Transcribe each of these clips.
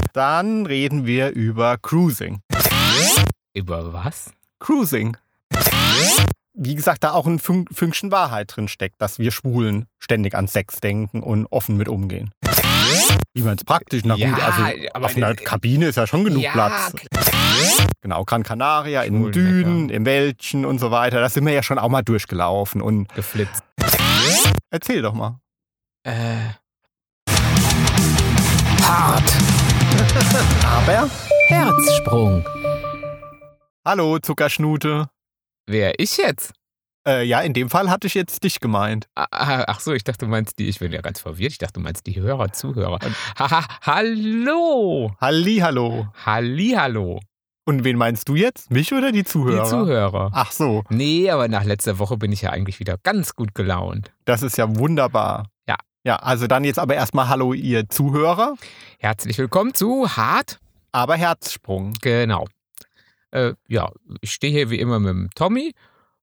Dann reden wir über Cruising. Über was? Cruising. Wie gesagt, da auch ein Fünkchen Wahrheit drin steckt, dass wir Schwulen ständig an Sex denken und offen mit umgehen. Wie man es praktisch, na gut, also auf einer Kabine ist ja schon genug Platz. Genau, Gran Canaria, in den Dünen, im Wäldchen und so weiter. Da sind wir ja schon auch mal durchgelaufen und geflitzt. Erzähl doch mal. Hart. Aber Herzsprung. Hallo, Zuckerschnute. Wer, ich jetzt? Ja, in dem Fall hatte ich jetzt dich gemeint. Ach so, ich dachte, du meinst die, ich bin ja ganz verwirrt, ich dachte, du meinst die Hörer, Zuhörer. Hallo. Hallihallo. Hallihallo. Und wen meinst du jetzt? Mich oder die Zuhörer? Die Zuhörer. Ach so. Nee, aber nach letzter Woche bin ich ja eigentlich wieder ganz gut gelaunt. Das ist ja wunderbar. Ja. Ja, also dann jetzt aber erstmal hallo ihr Zuhörer. Herzlich willkommen zu Hart. Aber Herzsprung. Genau. Ja, ich stehe hier wie immer mit dem Tommy.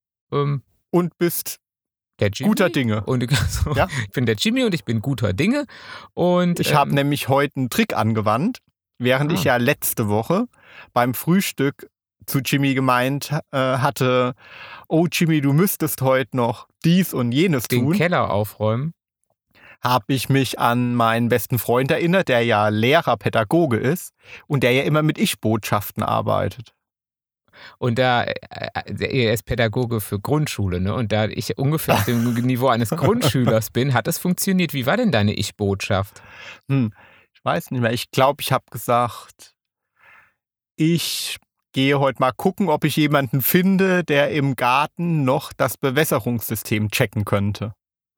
Und bist der Jimmy, guter Dinge. Und, also, ja? Ich bin der Jimmy und ich bin guter Dinge. Und ich habe nämlich heute einen Trick angewandt, während ich ja letzte Woche beim Frühstück zu Jimmy gemeint hatte, oh Jimmy, du müsstest heute noch dies und jenes tun. Den Keller aufräumen. Habe ich mich an meinen besten Freund erinnert, der ja Lehrer, Pädagoge ist und der ja immer mit Ich-Botschaften arbeitet. Und er ist Pädagoge für Grundschule, ne? Und da ich ungefähr auf dem Niveau eines Grundschülers bin, hat es funktioniert. Wie war denn deine Ich-Botschaft? Ich weiß nicht mehr. Ich glaube, ich habe gesagt, ich gehe heute mal gucken, ob ich jemanden finde, der im Garten noch das Bewässerungssystem checken könnte.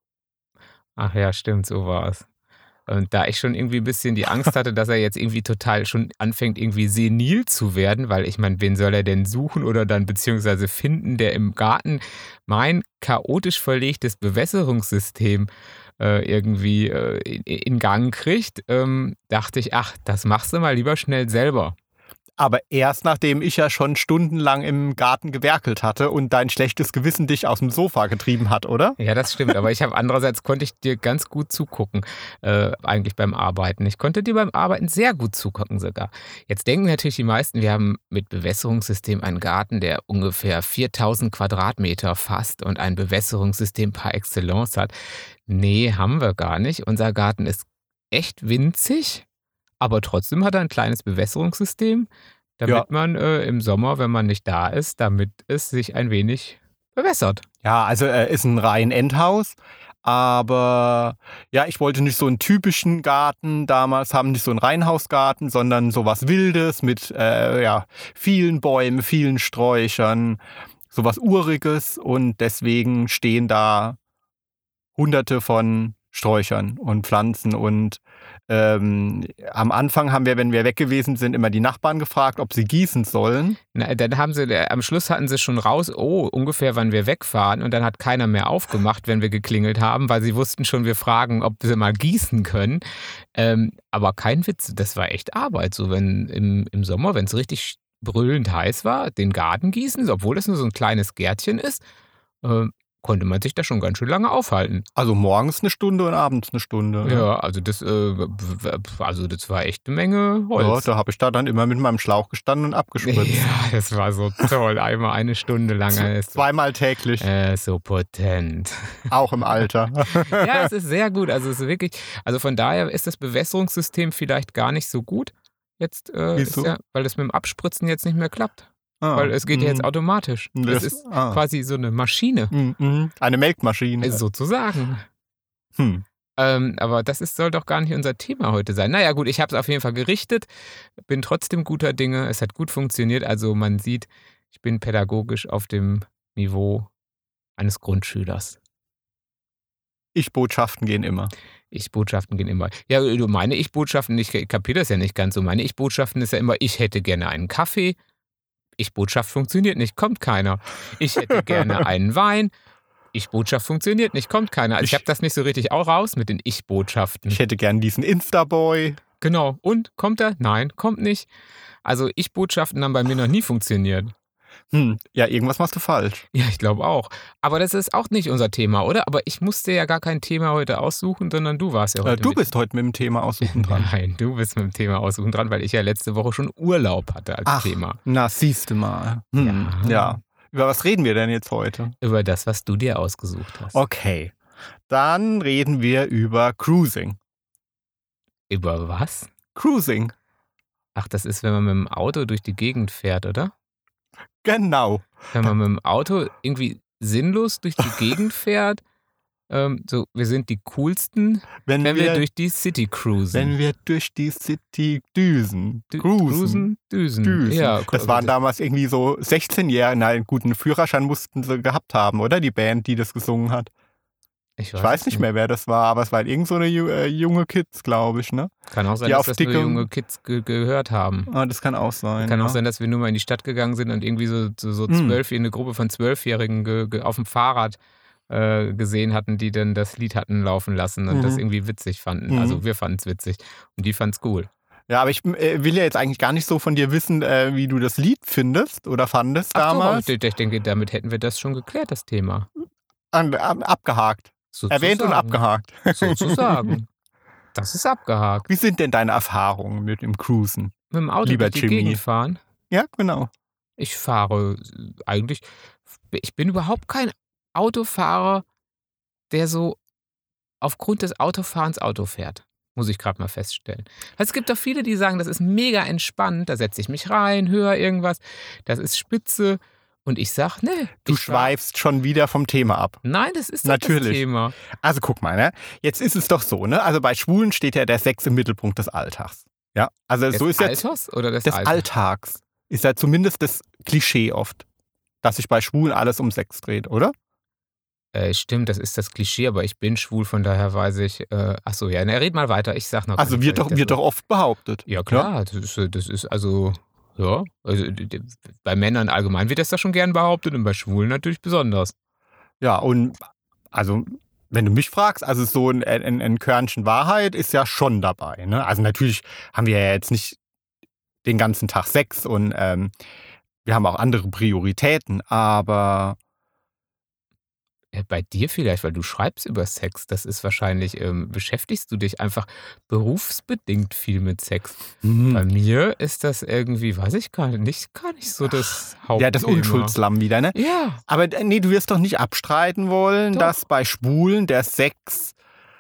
Ach ja, stimmt, so war es. Und da ich schon irgendwie ein bisschen die Angst hatte, dass er jetzt irgendwie total schon anfängt, irgendwie senil zu werden, weil ich meine, wen soll er denn suchen oder dann beziehungsweise finden, der im Garten mein chaotisch verlegtes Bewässerungssystem irgendwie in Gang kriegt, dachte ich, ach, das machst du mal lieber schnell selber. Aber erst nachdem ich ja schon stundenlang im Garten gewerkelt hatte und dein schlechtes Gewissen dich aus dem Sofa getrieben hat, oder? Ja, das stimmt. Aber andererseits konnte ich dir ganz gut zugucken, eigentlich beim Arbeiten. Ich konnte dir beim Arbeiten sehr gut zugucken sogar. Jetzt denken natürlich die meisten, wir haben mit Bewässerungssystem einen Garten, der ungefähr 4000 Quadratmeter fasst und ein Bewässerungssystem par excellence hat. Nee, haben wir gar nicht. Unser Garten ist echt winzig. Aber trotzdem hat er ein kleines Bewässerungssystem, damit man im Sommer, wenn man nicht da ist, damit es sich ein wenig bewässert. Ja, also er ist ein rein Endhaus, aber ja, ich wollte nicht so einen typischen Garten damals haben, nicht so einen Reihenhausgarten, sondern sowas Wildes mit vielen Bäumen, vielen Sträuchern, sowas Uriges und deswegen stehen da Hunderte von Sträuchern und Pflanzen und am Anfang haben wir, wenn wir weg gewesen sind, immer die Nachbarn gefragt, ob sie gießen sollen. Na, dann am Schluss hatten sie schon raus, ungefähr wann wir wegfahren und dann hat keiner mehr aufgemacht, wenn wir geklingelt haben, weil sie wussten schon, wir fragen, ob sie mal gießen können. Aber kein Witz, das war echt Arbeit, so wenn im Sommer, wenn es richtig brüllend heiß war, den Garten gießen, obwohl es nur so ein kleines Gärtchen ist, konnte man sich da schon ganz schön lange aufhalten. Also morgens eine Stunde und abends eine Stunde. Ja, also das war echt eine Menge Holz. Ja, da habe ich da dann immer mit meinem Schlauch gestanden und abgespritzt. Ja, das war so toll. Einmal eine Stunde lang. Zweimal täglich. So potent. Auch im Alter. Ja, es ist sehr gut. Also es ist wirklich, also von daher ist das Bewässerungssystem vielleicht gar nicht so gut. Jetzt weil es mit dem Abspritzen jetzt nicht mehr klappt. Weil es geht ja jetzt automatisch. Das ist quasi so eine Maschine. Eine Melkmaschine. Sozusagen. Aber das soll doch gar nicht unser Thema heute sein. Naja gut, ich habe es auf jeden Fall gerichtet, bin trotzdem guter Dinge, es hat gut funktioniert. Also man sieht, ich bin pädagogisch auf dem Niveau eines Grundschülers. Ich-Botschaften gehen immer. Ich-Botschaften gehen immer. Ja, meine Ich-Botschaften, ich kapiere das ja nicht ganz so. Meine Ich-Botschaften ist ja immer, ich hätte gerne einen Kaffee. Ich-Botschaft funktioniert nicht, kommt keiner. Ich hätte gerne einen Wein. Ich-Botschaft funktioniert nicht, kommt keiner. Also ich habe das nicht so richtig auch raus mit den Ich-Botschaften. Ich hätte gern diesen Insta-Boy. Genau. Und, kommt er? Nein, kommt nicht. Also Ich-Botschaften haben bei mir noch nie funktioniert. Ja, irgendwas machst du falsch. Ja, ich glaube auch. Aber das ist auch nicht unser Thema, oder? Aber ich musste ja gar kein Thema heute aussuchen, sondern du warst ja heute Du bist heute mit dem Thema aussuchen dran. Nein, du bist mit dem Thema aussuchen dran, weil ich ja letzte Woche schon Urlaub hatte als Thema. Na, siehste mal. Ja. Über was reden wir denn jetzt heute? Über das, was du dir ausgesucht hast. Okay. Dann reden wir über Cruising. Über was? Cruising. Ach, das ist, wenn man mit dem Auto durch die Gegend fährt, oder? Genau. Wenn man mit dem Auto irgendwie sinnlos durch die Gegend fährt. So, wir sind die coolsten, wenn wir durch die City cruisen. Wenn wir durch die City düsen. Düsen. Ja, das waren damals irgendwie so 16-Jährige. Nein, einen guten Führerschein mussten sie gehabt haben, oder? Die Band, die das gesungen hat. Ich weiß nicht mehr, wer das war, aber es waren irgend so eine junge Kids, glaube ich, ne? Kann auch sein, dass das nur junge Kids gehört haben. Ah, das kann auch sein. Kann auch sein, dass wir nur mal in die Stadt gegangen sind und irgendwie so eine Gruppe von 12-Jährigen auf dem Fahrrad gesehen hatten, die dann das Lied hatten laufen lassen und das irgendwie witzig fanden. Also wir fanden es witzig und die fanden es cool. Ja, aber ich will ja jetzt eigentlich gar nicht so von dir wissen, wie du das Lied findest oder fandest damals. So, ich denke, damit hätten wir das schon geklärt, das Thema. Abgehakt. Sozusagen. Erwähnt und abgehakt. Sozusagen. Das ist abgehakt. Wie sind denn deine Erfahrungen mit dem Cruisen? Mit dem Auto durch die Gegend fahren? Ja, genau. Ich fahre eigentlich, ich bin überhaupt kein Autofahrer, der so aufgrund des Autofahrens Auto fährt. Muss ich gerade mal feststellen. Es gibt doch viele, die sagen, das ist mega entspannt, da setze ich mich rein, höre irgendwas, das ist spitze. Und ich sag, ne. Du schweifst schon wieder vom Thema ab. Nein, das ist natürlich das Thema. Also guck mal, ne? Jetzt ist es doch so, ne? Also bei Schwulen steht ja der Sex im Mittelpunkt des Alltags. Ja, also so ist jetzt Alters oder des Alltags. Ist ja zumindest das Klischee oft, dass sich bei Schwulen alles um Sex dreht, oder? Stimmt, das ist das Klischee, aber ich bin schwul, von daher weiß ich. Achso, ja, red mal weiter. Ich sag noch. Also wird doch oft behauptet. Ja klar, ja? Das ist also. Ja, also bei Männern allgemein wird das doch schon gern behauptet und bei Schwulen natürlich besonders. Ja, und also, wenn du mich fragst, also so ein Körnchen Wahrheit ist ja schon dabei. Ne? Also natürlich haben wir ja jetzt nicht den ganzen Tag Sex und wir haben auch andere Prioritäten, aber bei dir vielleicht, weil du schreibst über Sex. Das ist wahrscheinlich, beschäftigst du dich einfach berufsbedingt viel mit Sex. Bei mir ist das irgendwie, weiß ich gar nicht so das Hauptthema. Ja, das Unschuldslamm wieder, ne? Ja. Aber nee, du wirst doch nicht abstreiten wollen, dass bei Schwulen der Sex,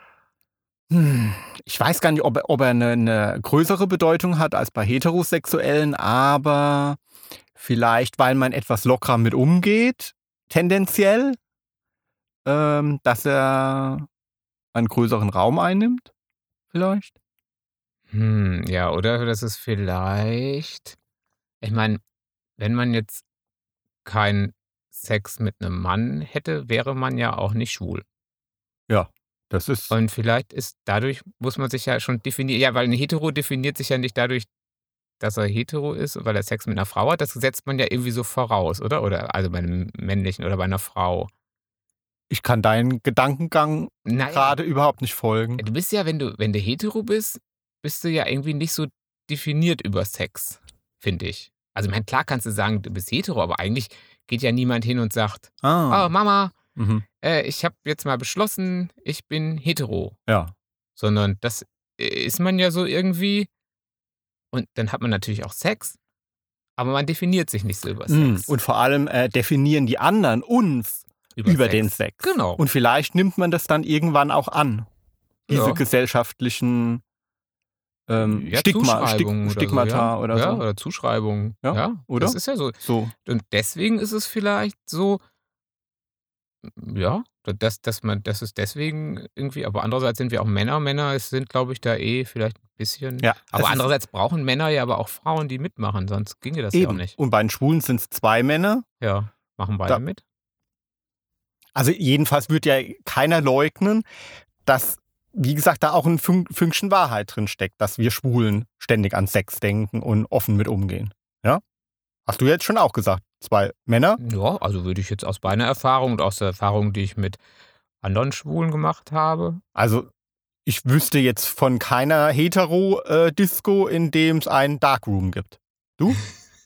ich weiß gar nicht, ob er eine größere Bedeutung hat als bei Heterosexuellen, aber vielleicht, weil man etwas lockerer mit umgeht, tendenziell, dass er einen größeren Raum einnimmt, vielleicht? Ja, oder das ist vielleicht, ich meine, wenn man jetzt keinen Sex mit einem Mann hätte, wäre man ja auch nicht schwul. Ja, das ist. Und vielleicht ist dadurch, muss man sich ja schon definieren, ja, weil ein Hetero definiert sich ja nicht dadurch, dass er hetero ist, weil er Sex mit einer Frau hat. Das setzt man ja irgendwie so voraus, oder? Oder also bei einem männlichen oder bei einer Frau. Ich kann deinen Gedankengang gerade überhaupt nicht folgen. Du bist ja, wenn du hetero bist, bist du ja irgendwie nicht so definiert über Sex, finde ich. Also, ich meine, klar kannst du sagen, du bist hetero, aber eigentlich geht ja niemand hin und sagt, oh Mama, ich habe jetzt mal beschlossen, ich bin hetero. Ja. Sondern das ist man ja so irgendwie. Und dann hat man natürlich auch Sex, aber man definiert sich nicht so über Sex. Und vor allem definieren die anderen uns über den Sex. Genau. Und vielleicht nimmt man das dann irgendwann auch an. Diese gesellschaftlichen Stigmata oder so. Ja, oder Zuschreibungen. Ja, oder? Das ist ja so. Und deswegen ist es vielleicht so, ja, dass es deswegen irgendwie, aber andererseits sind wir auch Männer. Männer sind, glaube ich, da vielleicht ein bisschen. Ja, aber andererseits brauchen Männer ja aber auch Frauen, die mitmachen, sonst ginge das ja auch nicht. Und bei den Schwulen sind es 2 Männer. Ja, machen beide mit. Also jedenfalls wird ja keiner leugnen, dass, wie gesagt, da auch ein Fünkchen Wahrheit drin steckt, dass wir Schwulen ständig an Sex denken und offen mit umgehen. Ja? Hast du jetzt schon auch gesagt, 2 Männer? Ja, also würde ich jetzt aus meiner Erfahrung und aus der Erfahrung, die ich mit anderen Schwulen gemacht habe. Also ich wüsste jetzt von keiner Hetero-Disco, in dem es einen Darkroom gibt. Du?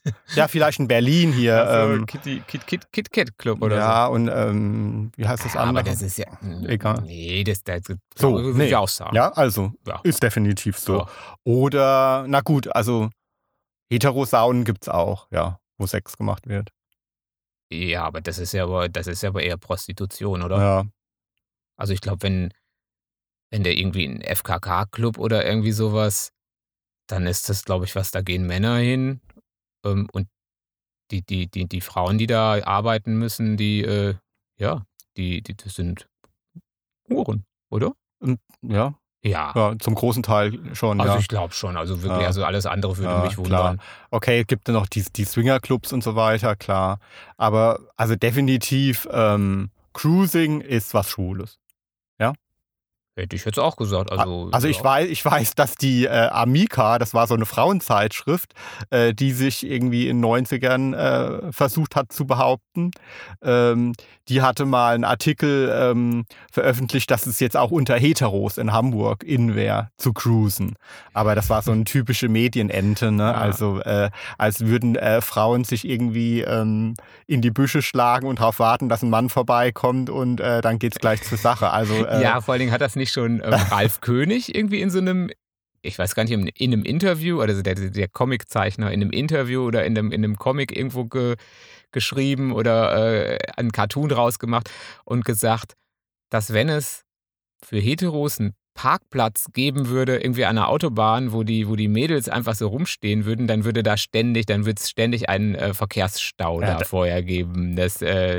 Ja, vielleicht in Berlin hier. Also Kit Kat Club oder so. Ja, und wie heißt das Ja, aber andere? das ist ja. Egal. Nee, das So, würde nee. ich auch sagen. Ja, also Ja. ist definitiv so. Ja. Oder, na gut, also Heterosaunen gibt's auch, ja, wo Sex gemacht wird. Ja, aber das ist ja aber eher Prostitution, oder? Ja. Also ich glaube, wenn der irgendwie 'n FKK-Club oder irgendwie sowas, dann ist das, glaube ich, da gehen Männer hin, und die Frauen, die da arbeiten müssen, ja, das sind Huren, oder? Ja, Ja, ja, zum großen Teil schon, also ja. ich glaube schon. Also wirklich, Ja, also alles andere würde mich klar. wundern. Okay, gibt ja noch die Swingerclubs und so weiter, klar. Aber also definitiv, Cruising ist was Schwules. Ja? Hätte ich jetzt auch gesagt. Also, Also ja. ich weiß, dass die Amica, das war so eine Frauenzeitschrift, die sich irgendwie in 90ern versucht hat zu behaupten. Die hatte mal einen Artikel veröffentlicht, dass es jetzt auch unter Heteros in Hamburg in wäre, zu cruisen. Aber das war so eine typische Medienente, ne? Ja. Also als würden Frauen sich irgendwie in die Büsche schlagen und darauf warten, dass ein Mann vorbeikommt und dann geht's gleich zur Sache. Also Ja, vor allen Dingen hat das nicht schon Ralf König irgendwie in so einem, ich weiß gar nicht, in einem Interview, also der Comiczeichner in einem Interview oder in einem Comic irgendwo geschrieben oder einen Cartoon draus gemacht und gesagt, dass wenn es für Heteros 'n Parkplatz geben würde, irgendwie an der Autobahn, wo die Mädels einfach so rumstehen würden, dann würde es ständig einen Verkehrsstau Ja, da vorher geben. Das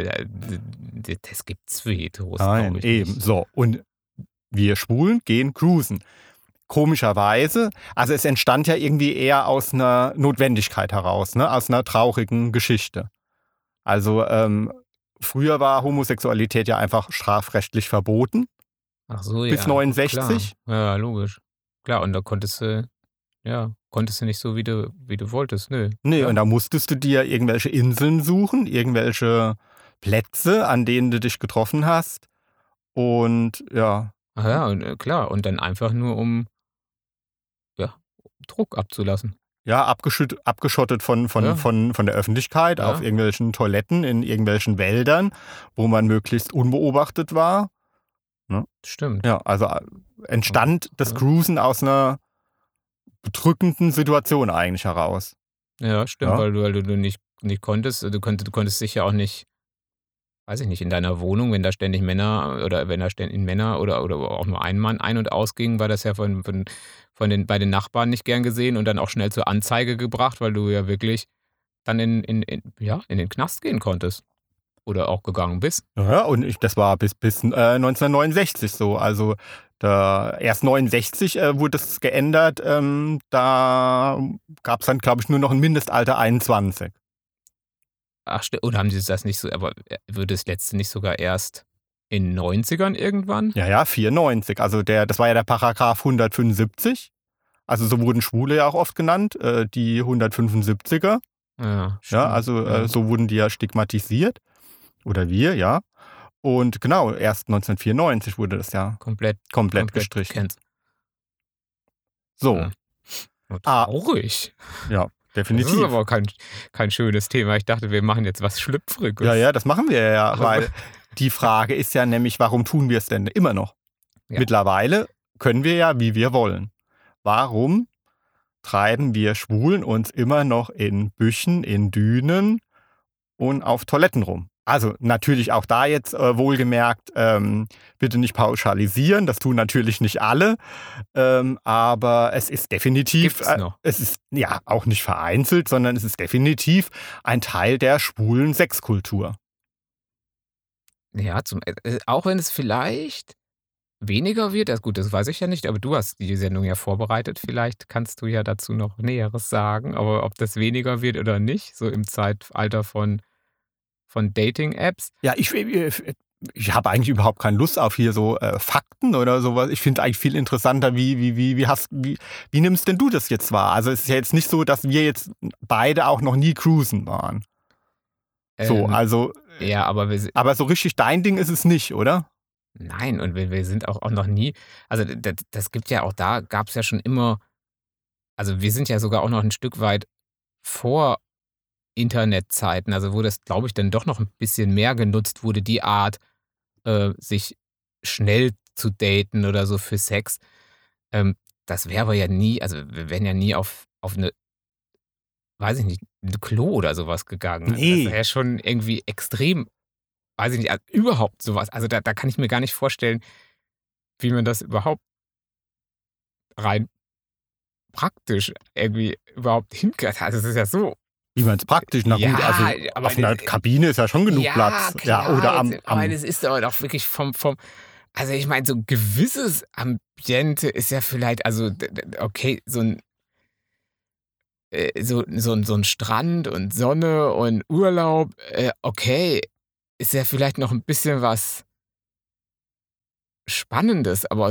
gibt's für Heteros, nein, glaube ich eben. nicht. So, und wir Schwulen gehen cruisen. Komischerweise, also es entstand ja irgendwie eher aus einer Notwendigkeit heraus, ne? Aus einer traurigen Geschichte. Also früher war Homosexualität ja einfach strafrechtlich verboten, Ach so, bis ja, gut, klar. 69. Ja, logisch. Klar, und da konntest du nicht so, wie du wolltest, nö. Nee, und Ja. da musstest du dir irgendwelche Inseln suchen, irgendwelche Plätze, an denen du dich getroffen hast. Und ja, Ach ja, und klar, und dann einfach nur, um, ja, Druck abzulassen. ja, abgeschottet Ja, von der Öffentlichkeit auf ja, irgendwelchen Toiletten in irgendwelchen Wäldern, wo man möglichst unbeobachtet war. Ne? stimmt. Ja, also entstand das Ja. Cruisen aus einer bedrückenden Situation eigentlich heraus. Ja, stimmt, Ja, weil du nicht konntest. Du konntest sicher auch nicht, weiß ich nicht, in deiner Wohnung, wenn da ständig Männer oder wenn da ständig Männer oder auch nur ein Mann ein und ausging, war das ja bei den Nachbarn nicht gern gesehen und dann auch schnell zur Anzeige gebracht, weil du ja wirklich dann in den Knast gehen konntest oder auch gegangen bist. ja, und das war bis 1969 so. Also erst 69 wurde es geändert. Da gab es dann, glaube ich, nur noch ein Mindestalter 21. Ach, oder haben die das nicht so, aber wurde das letzte nicht sogar erst in den 90ern irgendwann? Ja, ja, 94. Also das war ja der Paragraph 175. Also so wurden Schwule ja auch oft genannt, die 175er. Ja, Ja, stimmt. also Ja, so wurden die ja stigmatisiert. Oder wir, ja. Und genau, erst 1994 wurde das ja komplett komplett komplett gestrichen. cancelled. So, Mhm. Oh, ah, traurig. ja, Das ist definitiv. aber kein schönes Thema. Ich dachte, wir machen jetzt was Schlüpfriges. Ja, ja, das machen wir ja, Aber weil die Frage ist ja nämlich, warum tun wir es denn immer noch? ja, Mittlerweile können wir ja, wie wir wollen. Warum treiben wir Schwulen uns immer noch in Büschen, in Dünen und auf Toiletten rum? Also natürlich auch da jetzt wohlgemerkt, bitte nicht pauschalisieren, das tun natürlich nicht alle, aber es ist definitiv, gibt's noch. es ist ja auch nicht vereinzelt, sondern es ist definitiv ein Teil der schwulen Sexkultur. Ja, auch wenn es vielleicht weniger wird. Also gut, das weiß ich ja nicht, aber du hast die Sendung ja vorbereitet. Vielleicht kannst du ja dazu noch Näheres sagen, aber ob das weniger wird oder nicht, so im Zeitalter von Dating-Apps. Ja, ich habe eigentlich überhaupt keine Lust auf hier so Fakten oder sowas. Ich finde es eigentlich viel interessanter, wie nimmst denn du das jetzt wahr? Also es ist ja jetzt nicht so, dass wir jetzt beide auch noch nie cruisen waren. So, Ähm, also, ja, aber aber so richtig dein Ding ist es nicht, oder? nein, und wir sind auch noch nie, also das gibt ja auch, da gab es ja schon immer, also wir sind ja sogar auch noch ein Stück weit vor Internetzeiten, also wo das, glaube ich, dann doch noch ein bisschen mehr genutzt wurde, die Art, sich schnell zu daten oder so für Sex. Ähm, Das wäre aber ja nie, also wir wären ja nie auf eine, weiß ich nicht, 'n Klo oder sowas gegangen. Also das Nee. wäre schon irgendwie extrem, weiß ich nicht, überhaupt sowas. Also da kann ich mir gar nicht vorstellen, wie man das überhaupt rein praktisch irgendwie überhaupt hinkriegt. Also es ist ja so, Wie meinst praktisch? Na gut, also ja, aber auf einer Kabine ist ja schon genug ja, Platz. Ja, klar, oder jetzt, aber am das ist aber doch wirklich vom, also ich meine, so 'n gewisses Ambiente ist ja vielleicht, also okay, so ein so 'n Strand und Sonne und Urlaub, okay, ist ja vielleicht noch ein bisschen was Spannendes, aber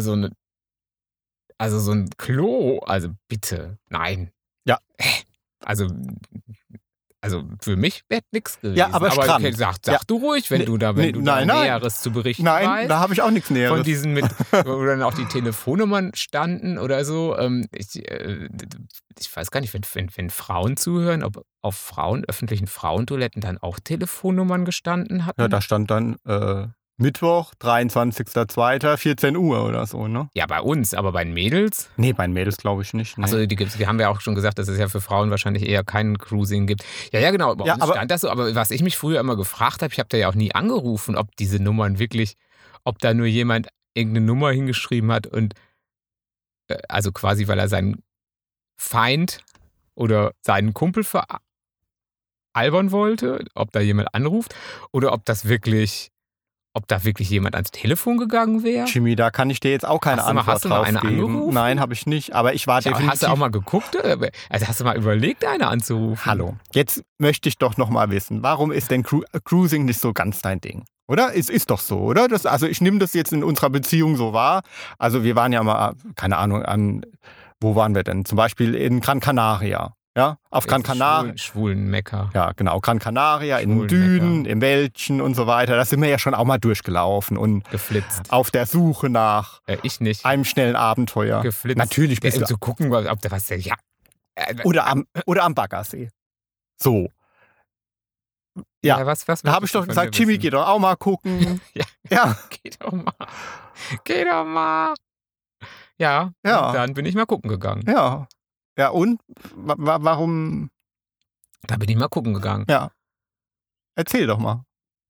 so ein Klo, also bitte, nein. ja. Also für mich wäre nix Ja, gewesen. aber Aber okay, Strand. Ja. sag du ruhig, Ne, wenn ne, du da nein, nein. Näheres zu berichten Nein, da weißt. habe ich auch nichts Von Näheres. diesen mit, wo dann auch die Telefonnummern standen oder so. Ich weiß gar nicht, wenn Frauen zuhören, ob auf öffentlichen Frauentoiletten dann auch Telefonnummern gestanden Ja, hatten? da stand dann Mittwoch, 23.02., 14 Uhr oder so, ne? Ja, bei uns, aber bei den Mädels? Nee, bei den Mädels glaube ich nicht. Nee. Achso, die haben wir auch schon gesagt, dass es ja für Frauen wahrscheinlich eher kein Cruising gibt. Ja, ja, genau, bei Ja, uns aber stand das so, aber was ich mich früher immer gefragt habe, ich habe da ja auch nie angerufen, ob diese Nummern wirklich, ob da nur jemand irgendeine Nummer hingeschrieben hat und, also quasi, weil er seinen Feind oder seinen Kumpel veralbern wollte, ob da jemand anruft oder ob da wirklich jemand ans Telefon gegangen wäre. Jimmy, da kann ich dir jetzt auch keine Antwort Hast du mal drauf eine geben. angerufen? Nein, habe ich nicht. Aber ich war Hast du auch definitiv. mal geguckt? Also hast du mal überlegt, eine anzurufen? Hallo. Jetzt möchte ich doch noch mal wissen, warum ist denn Cruising nicht so ganz dein Ding? Oder? Es ist doch so, oder? Also ich nehme das jetzt in unserer Beziehung so wahr. Also wir waren ja mal, keine Ahnung, wo waren wir denn? Zum Beispiel in Gran Canaria. Ja, auf Gran Canaria. Schwulen Mekka. Ja, genau, Gran Canaria, in den Schwulen Dünen, Mecker. im Wäldchen und so weiter. Da sind wir ja schon auch mal durchgelaufen und Geflitzt. auf der Suche nach Ich nicht. einem schnellen Abenteuer. Geflitzt. Natürlich bist du. Zu gucken, ob da was. Ja. Oder am Baggersee. So. Ja, Was da habe ich doch gesagt, Jimmy, geh doch auch mal gucken. Ja. Ja. Geh doch mal. Geh doch mal. Ja, Ja. und dann bin ich mal gucken gegangen. Ja. Ja, und? Warum? Da bin ich mal gucken gegangen. Ja. Erzähl doch mal.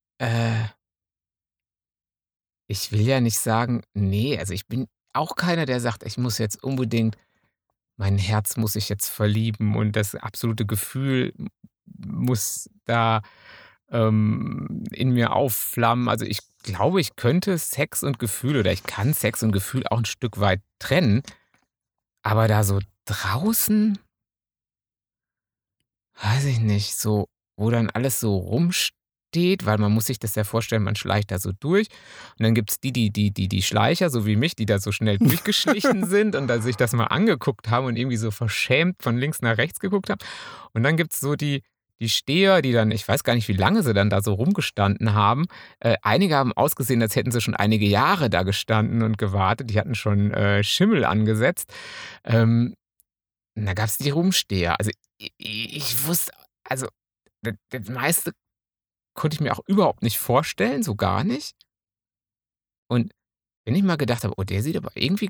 Ich will ja nicht sagen, nee, also ich bin auch keiner, der sagt, ich muss jetzt unbedingt, mein Herz muss ich jetzt verlieben und das absolute Gefühl muss da in mir aufflammen. Also ich glaube, ich könnte Sex und Gefühl oder ich kann Sex und Gefühl auch ein Stück weit trennen, aber da so draußen, weiß ich nicht, so, wo dann alles so rumsteht, weil man muss sich das ja vorstellen, man schleicht da so durch und dann gibt's die Schleicher, so wie mich, die da so schnell durchgeschlichen sind und dann sich das mal angeguckt haben und irgendwie so verschämt von links nach rechts geguckt haben. Und dann gibt's so die Steher, die dann, ich weiß gar nicht, wie lange sie dann da so rumgestanden haben. Einige haben ausgesehen, als hätten sie schon einige Jahre da gestanden und gewartet. Die hatten schon, Schimmel angesetzt. Und da gab's die Rumsteher. Also, ich wusste, also, das meiste konnte ich mir auch überhaupt nicht vorstellen, so gar nicht. Und wenn ich mal gedacht habe: „Oh, der sieht aber irgendwie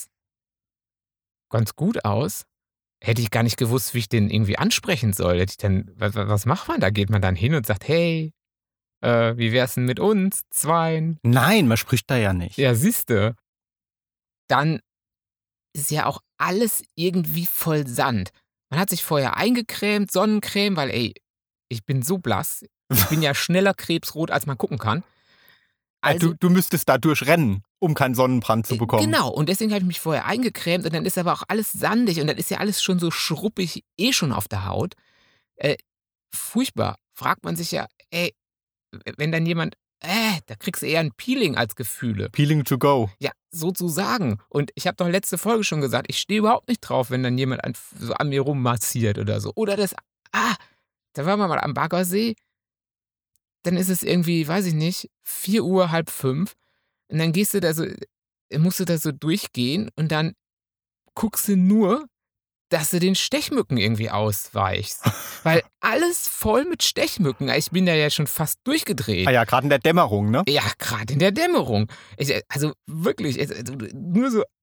ganz gut aus“, hätte ich gar nicht gewusst, wie ich den irgendwie ansprechen soll. Hätte ich dann, was macht man da? Geht man dann hin und sagt: „Hey, wie wär's denn mit uns Zweien?“ Nein, man spricht da ja nicht. Ja, siehste. Dann ist ja auch alles irgendwie voll Sand. Man hat sich vorher eingecremt, Sonnencreme, weil, ey, ich bin so blass. Ich bin ja schneller krebsrot, als man gucken kann. Also, Du müsstest da durchrennen, um keinen Sonnenbrand zu bekommen. genau. Und deswegen habe ich mich vorher eingecremt und dann ist aber auch alles sandig und dann ist ja alles schon so schruppig schon auf der Haut. Äh, Furchtbar. Fragt man sich ja, ey, wenn dann jemand, da kriegst du eher ein Peeling als Gefühle. Peeling to go. Ja, sozusagen. Und ich habe doch letzte Folge schon gesagt, ich stehe überhaupt nicht drauf, wenn dann jemand so an mir rummassiert oder so. Oder da waren wir mal am Baggersee, dann ist es irgendwie, weiß ich nicht, 4 Uhr, halb 5. Und dann musst du da so durchgehen und dann guckst du nur, dass du den Stechmücken irgendwie ausweichst. Weil alles voll mit Stechmücken. Ich bin da ja schon fast durchgedreht. Ah ja, gerade in der Dämmerung, ne? Ja, gerade in der Dämmerung. Also wirklich, nur so.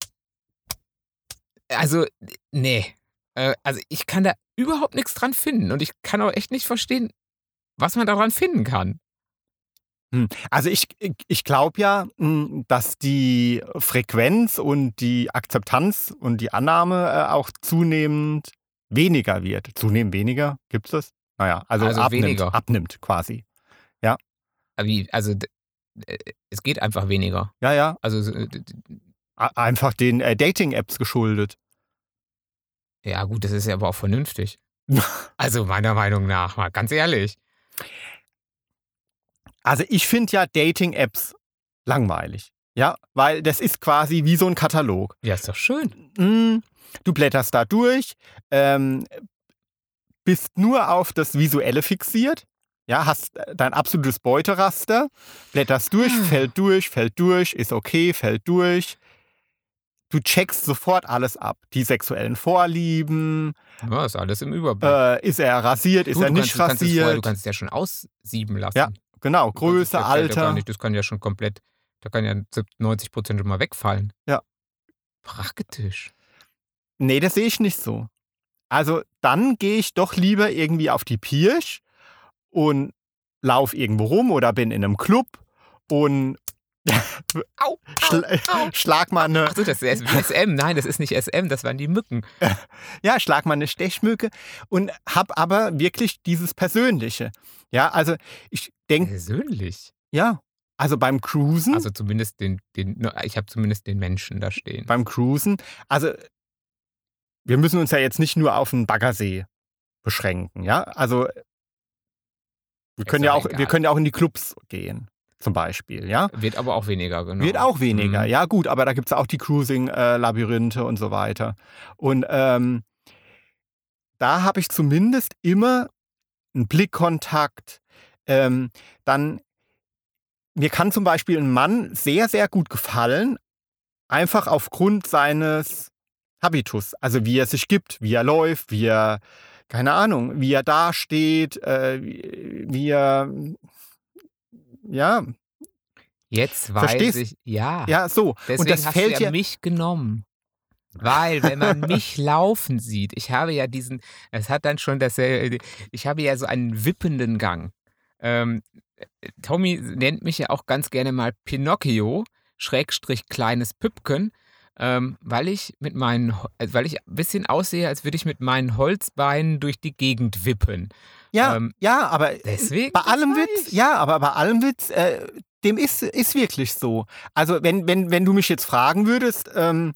Also, nee. Also ich kann da überhaupt nichts dran finden. Und ich kann auch echt nicht verstehen, was man daran finden kann. Also ich glaube ja, dass die Frequenz und die Akzeptanz und die Annahme auch zunehmend weniger wird. Zunehmend weniger? Gibt's das? Naja, also Also weniger. abnimmt quasi. Also es geht einfach weniger. Ja. Also Einfach den Dating-Apps geschuldet. ja gut, das ist ja aber auch vernünftig. Also meiner Meinung nach, mal ganz ehrlich. Also ich finde ja Dating-Apps langweilig. Ja, weil das ist quasi wie so ein Katalog. Ja, ist doch schön. Du blätterst da durch, bist nur auf das Visuelle fixiert. Ja, hast dein absolutes Beuteraster, blätterst durch, fällt durch, ist okay, fällt durch. Du checkst sofort alles ab. Die sexuellen Vorlieben. Ja, ist alles im Überblick. Ist er rasiert, ist er nicht rasiert? Du kannst es ja schon aussieben lassen. Ja, genau. Größe, Alter. Das kann ja schon komplett, da kann ja 90% schon mal wegfallen. Ja. Praktisch. Nee, das sehe ich nicht so. Also dann gehe ich doch lieber irgendwie auf die Pirsch und lauf irgendwo rum oder bin in einem Club und schlag mal eine... Achso, das ist SM. Nein, das ist nicht SM, das waren die Mücken. Ja, schlag mal eine Stechmücke und hab aber wirklich dieses Persönliche. Ja, also ich denke... Persönlich? Ja, also beim Cruisen... Also zumindest ich habe zumindest den Menschen da stehen. Beim Cruisen, also wir müssen uns ja jetzt nicht nur auf den Baggersee beschränken, ja? Also wir können ja auch in die Clubs gehen, zum Beispiel, ja? Wird aber auch weniger, genau. Wird auch weniger, ja gut, aber da gibt es auch die Cruising-Labyrinthe und so weiter. Und da habe ich zumindest immer einen Blickkontakt. Dann, mir kann zum Beispiel ein Mann sehr, sehr gut gefallen, einfach aufgrund seines Habitus, also wie er sich gibt, wie er läuft, wie er, keine Ahnung, wie er dasteht, wie er, ja. Jetzt weiß Verstehst? ich, ja. Ja, so. Deswegen und das hast fällt du ja mich genommen. Weil, wenn man mich laufen sieht, ich habe ja es hat dann schon ich habe ja so einen wippenden Gang. Tommy nennt mich ja auch ganz gerne mal Pinocchio, Schrägstrich kleines Püppchen, weil ich ein bisschen aussehe, als würde ich mit meinen Holzbeinen durch die Gegend wippen. Ja, aber deswegen bei allem Witz, dem ist wirklich so. Also wenn du mich jetzt fragen würdest,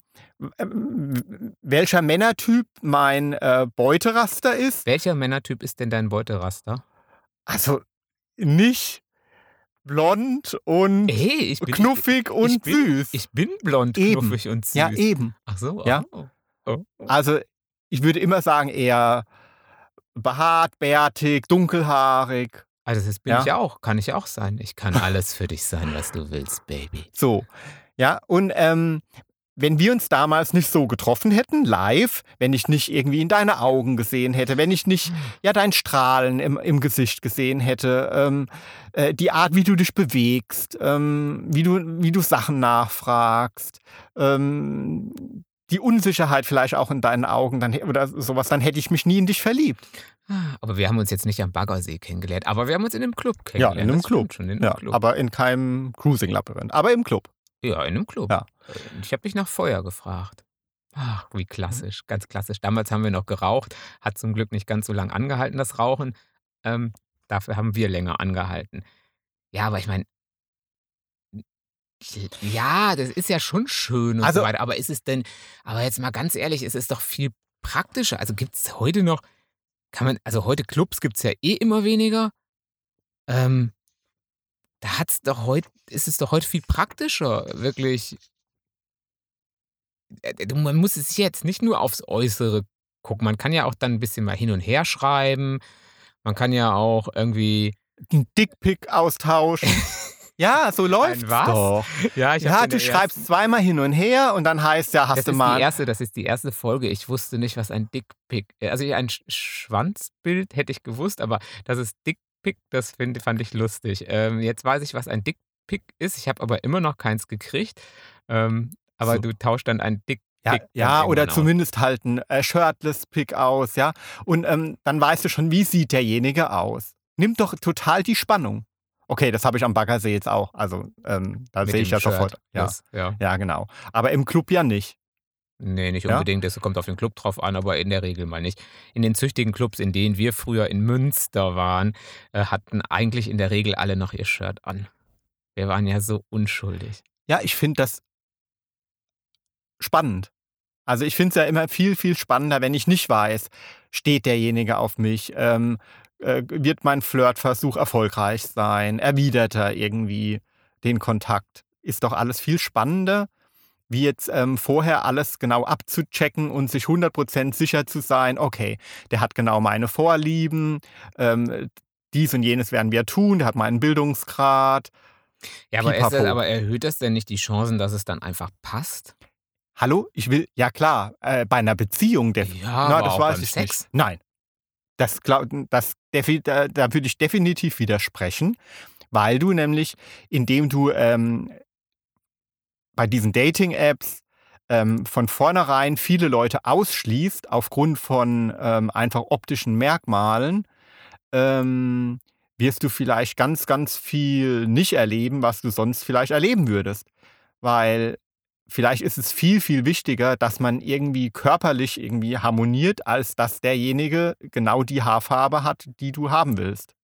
welcher Männertyp mein Beuteraster ist. Welcher Männertyp ist denn dein Beuteraster? Also nicht blond und knuffig und süß. Ich bin blond, knuffig und süß. Ja, eben. Ach so. Ja. Oh. Also ich würde immer sagen, eher behaart, bärtig, dunkelhaarig. Also das bin ich auch, kann ich auch sein. Ich kann alles für dich sein, was du willst, Baby. So, ja, und wenn wir uns damals nicht so getroffen hätten, live, wenn ich nicht irgendwie in deine Augen gesehen hätte, wenn ich nicht dein Strahlen im Gesicht gesehen hätte, die Art, wie du dich bewegst, wie du Sachen nachfragst, die Unsicherheit vielleicht auch in deinen Augen oder sowas, dann hätte ich mich nie in dich verliebt. Aber wir haben uns jetzt nicht am Baggersee kennengelernt, aber wir haben uns in einem Club kennengelernt. Ja, in einem Club. Aber in keinem Cruising-Labyrinth, aber im Club. Ja, in einem Club. Ja. Ich habe dich nach Feuer gefragt. Ach, wie klassisch, ganz klassisch. Damals haben wir noch geraucht, hat zum Glück nicht ganz so lang angehalten, das Rauchen. Dafür haben wir länger angehalten. Ja, aber ich meine, ja, das ist ja schon schön und so weiter. Aber jetzt mal ganz ehrlich, es ist doch viel praktischer. Also gibt es heute noch, heute Clubs gibt es ja eh immer weniger. Ist es doch heute viel praktischer, wirklich. Man muss es jetzt nicht nur aufs Äußere gucken. Man kann ja auch dann ein bisschen mal hin und her schreiben. Man kann ja auch irgendwie einen Dickpick austauschen. Ja, so läuft's was? doch. Ja, ich Ja, habe du schreibst zweimal hin und her und dann heißt ja, hast du mal. Das ist die erste Folge. Ich wusste nicht, was ein Dickpick also, ein Schwanzbild hätte ich gewusst, aber das ist Dickpick, das fand ich lustig. Jetzt weiß ich, was ein Dickpick ist. Ich habe aber immer noch keins gekriegt. Aber So. du tauschst dann ein Dickpick Ja, dann ja, oder irgendwann aus. zumindest halt ein Shirtless-Pick aus, ja. Und dann weißt du schon, wie sieht derjenige aus. Nimmt doch total die Spannung. Okay, das habe ich am Baggersee jetzt auch. Also da Mit sehe ich dem ja sofort. Ja, Shirtless, ja. ja, genau. Aber im Club ja nicht. Ne, nicht Ja? unbedingt. Das kommt auf den Club drauf an, aber in der Regel mal nicht. In den züchtigen Clubs, in denen wir früher in Münster waren, hatten eigentlich in der Regel alle noch ihr Shirt an. Wir waren ja so unschuldig. Ja, ich finde das spannend. Also ich finde es ja immer viel, viel spannender, wenn ich nicht weiß, steht derjenige auf mich, wird mein Flirtversuch erfolgreich sein, erwidert er irgendwie den Kontakt. Ist doch alles viel spannender, wie jetzt vorher alles genau abzuchecken und sich 100% sicher zu sein, okay, der hat genau meine Vorlieben, dies und jenes werden wir tun, der hat meinen Bildungsgrad. Ja, Pipapo. aber erhöht das denn nicht die Chancen, dass es dann einfach passt? Hallo, ich will, ja klar, bei einer Beziehung, Ja, na, aber das auch weiß beim ich Sex? nicht. Nein, da würde ich definitiv widersprechen, weil du nämlich, indem du bei diesen Dating-Apps von vornherein viele Leute ausschließt aufgrund von einfach optischen Merkmalen, wirst du vielleicht ganz, ganz viel nicht erleben, was du sonst vielleicht erleben würdest. Weil vielleicht ist es viel, viel wichtiger, dass man irgendwie körperlich irgendwie harmoniert, als dass derjenige genau die Haarfarbe hat, die du haben willst.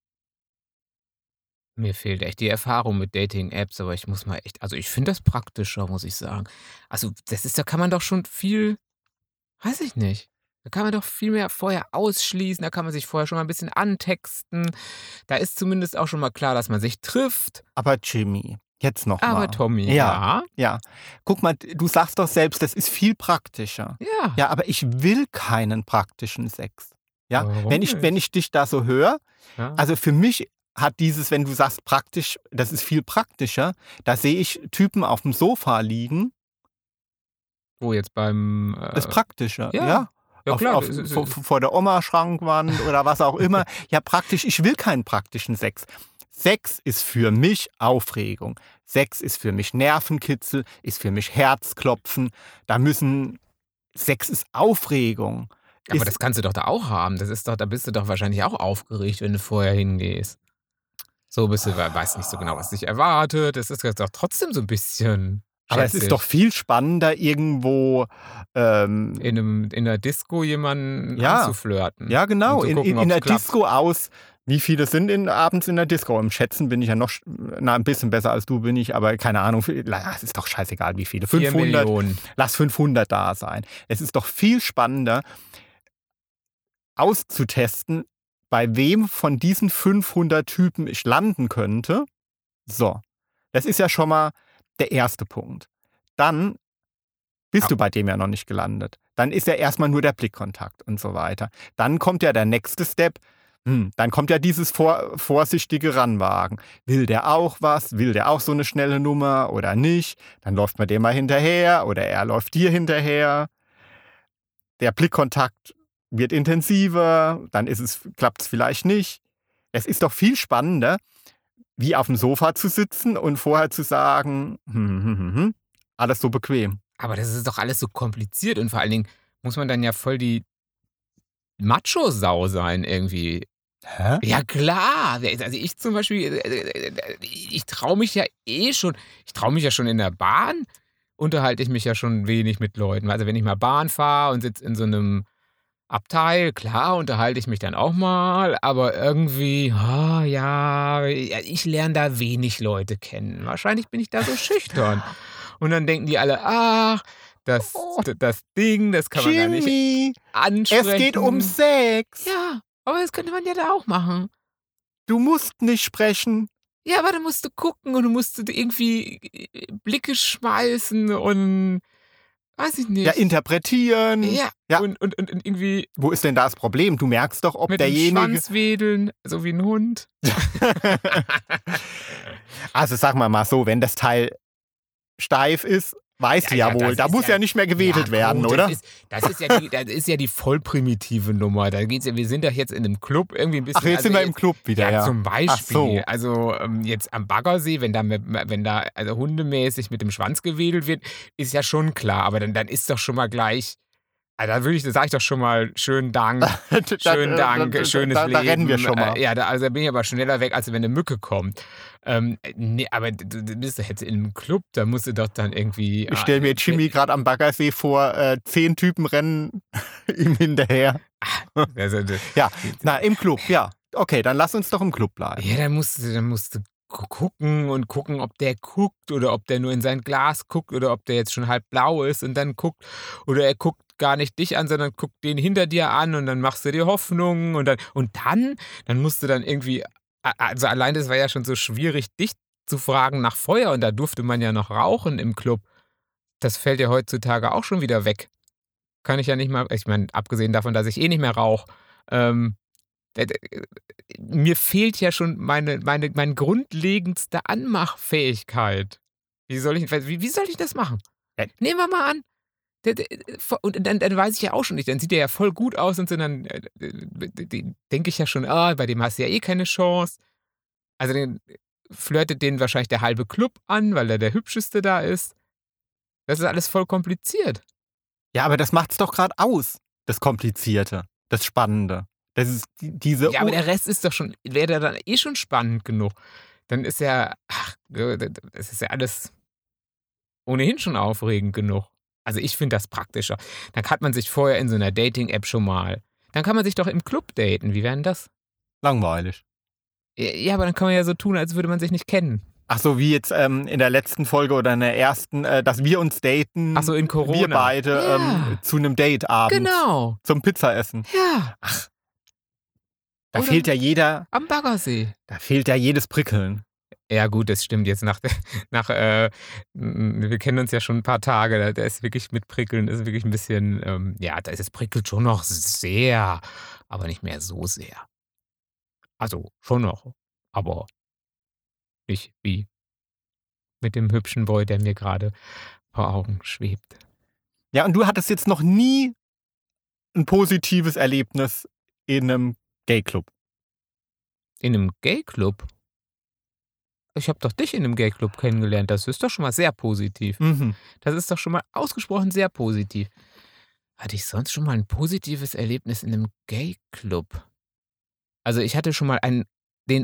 Mir fehlt echt die Erfahrung mit Dating-Apps, aber ich muss mal echt also, ich finde das praktischer, muss ich sagen. Also, da kann man doch schon viel weiß ich nicht. Da kann man doch viel mehr vorher ausschließen, da kann man sich vorher schon mal 'n bisschen antexten. Da ist zumindest auch schon mal klar, dass man sich trifft. Aber Jimmy, jetzt noch Aber mal. Tommy, Ja, ja? ja. Guck mal, du sagst doch selbst, das ist viel praktischer. Ja. Ja, aber ich will keinen praktischen Sex. Ja, Warum wenn nicht? ich dich da so höre, Ja. also für mich hat dieses, wenn du sagst praktisch, das ist viel praktischer, da sehe ich Typen auf dem Sofa liegen, Wo jetzt beim, ist praktischer, ja. ja. Ja klar, Vor der Oma-Schrankwand oder was auch immer. Ja, praktisch, ich will keinen praktischen Sex. Sex ist für mich Aufregung. Sex ist für mich Nervenkitzel, ist für mich Herzklopfen. Sex ist Aufregung. aber das kannst du doch da auch haben. Da bist du doch wahrscheinlich auch aufgeregt, wenn du vorher hingehst. So bist du weißt nicht so genau, was dich erwartet. Es ist jetzt doch trotzdem so 'n bisschen Aber es schätze ist doch ich, viel spannender, irgendwo in 'ner Disco jemanden ja, anzuflirten ja, und genau, zu gucken, in ob's der klappt. Disco aus. Wie viele sind abends in der Disco? Im Schätzen bin ich ja noch, ein bisschen besser als du bin ich, aber keine Ahnung, es ist doch scheißegal, wie viele. 4 500, Millionen. lass 500 da sein. Es ist doch viel spannender, auszutesten, bei wem von diesen 500 Typen ich landen könnte. So, das ist ja schon mal der erste Punkt. Dann A bist du bei dem ja noch nicht gelandet. Dann ist ja erstmal nur der Blickkontakt und so weiter. Dann kommt ja der nächste Step. Dann kommt ja dieses vorsichtige Ranwagen. Will der auch was? Will der auch so eine schnelle Nummer oder nicht? Dann läuft man dem mal hinterher oder er läuft dir hinterher. Der Blickkontakt wird intensiver, dann klappt es vielleicht nicht. Es ist doch viel spannender, wie auf dem Sofa zu sitzen und vorher zu sagen, alles so bequem. aber das ist doch alles so kompliziert und vor allen Dingen muss man dann ja voll die Macho-Sau sein irgendwie. Hä? Ja klar, also ich zum Beispiel, ich traue mich ja schon in der Bahn, unterhalte ich mich ja schon wenig mit Leuten. Also wenn ich mal Bahn fahre und sitze in so einem Abteil, klar, unterhalte ich mich dann auch mal, aber irgendwie, ja, ich lerne da wenig Leute kennen. Wahrscheinlich bin ich da so schüchtern. Und dann denken die alle, ach, Oh, das Ding, das kann man gar nicht Jimmy, ansprechen. es geht um Sex. Ja, aber das könnte man ja da auch machen. Du musst nicht sprechen. Ja, aber dann musst du gucken und du musst irgendwie Blicke schmeißen und weiß ich Ja, nicht. interpretieren. Ja, Ja. und irgendwie Wo ist denn da das Problem? Du merkst doch, ob mit dem derjenige. Schwanz wedeln, so wie 'n Hund. Also sag mal so, wenn das Teil steif ist, weißt du ja wohl, da muss ja nicht mehr gewedelt werden, gut, oder? Das ist ja die voll primitive Nummer. Da geht's ja, wir sind doch jetzt in einem Club irgendwie ein bisschen. Ach, jetzt sind wir im Club wieder, ja. Zum Beispiel. Ach so. Also jetzt am Baggersee, wenn da also hundemäßig mit dem Schwanz gewedelt wird, ist ja schon klar. Aber dann ist doch schon mal gleich. Also da sage ich doch schon mal, schönen Dank, schönen Dank, schönes Leben. Da rennen wir schon mal. Also da bin ich aber schneller weg, als wenn eine Mücke kommt. Nee, aber du bist doch jetzt in einem Club, da musst du doch dann irgendwie. Ich stelle mir Jimmy gerade am Baggersee vor, 10 Typen rennen ihm hinterher. Ja, im Club, ja. Okay, dann lass uns doch im Club bleiben. Ja, dann musst du gucken, ob der guckt oder ob der nur in sein Glas guckt oder ob der jetzt schon halb blau ist und dann guckt oder er guckt gar nicht dich an, sondern guckt den hinter dir an und dann machst du dir Hoffnung und dann musst du dann irgendwie, also allein das war ja schon so schwierig, dich zu fragen nach Feuer und da durfte man ja noch rauchen im Club. Das fällt ja heutzutage auch schon wieder weg. Kann ich ja nicht mal, ich meine, abgesehen davon, dass ich eh nicht mehr rauche, mir fehlt ja schon meine grundlegendste Anmachfähigkeit. Wie soll ich das machen? Nehmen wir mal an. Und dann weiß ich ja auch schon nicht, dann sieht er ja voll gut aus und so, dann denke ich ja schon, bei dem hast du ja eh keine Chance. Also dann flirtet den wahrscheinlich der halbe Club an, weil er der Hübscheste da ist. Das ist alles voll kompliziert. Ja, aber das macht's doch gerade aus, das Komplizierte, das Spannende. Das ist diese. Ja, aber der Rest ist doch schon, wäre der dann eh schon spannend genug. Dann ist ja, das ist ja alles ohnehin schon aufregend genug. Also ich finde das praktischer. Dann hat man sich vorher in so einer Dating-App schon mal. Dann kann man sich doch im Club daten. Wie wäre denn das? Langweilig. Ja, aber dann kann man ja so tun, als würde man sich nicht kennen. Ach so, wie jetzt in der letzten Folge oder in der ersten, dass wir uns daten. Ach so, in Corona. Wir beide zu einem Date abends. Genau. Zum Pizzaessen. Ja. Ach. Da fehlt ja jeder. Am Baggersee. Da fehlt ja jedes Prickeln. Ja, gut, das stimmt jetzt wir kennen uns ja schon ein paar Tage, da ist wirklich mit Prickeln, ist wirklich ein bisschen, es prickelt schon noch sehr, aber nicht mehr so sehr. Also schon noch, aber nicht wie mit dem hübschen Boy, der mir gerade vor Augen schwebt. Ja, und du hattest jetzt noch nie ein positives Erlebnis in einem Gay-Club. In einem Gay-Club? Ich habe doch dich in einem Gay-Club kennengelernt. Das ist doch schon mal sehr positiv. Mhm. Das ist doch schon mal ausgesprochen sehr positiv. Hatte ich sonst schon mal ein positives Erlebnis in einem Gay-Club? Also ich hatte schon mal den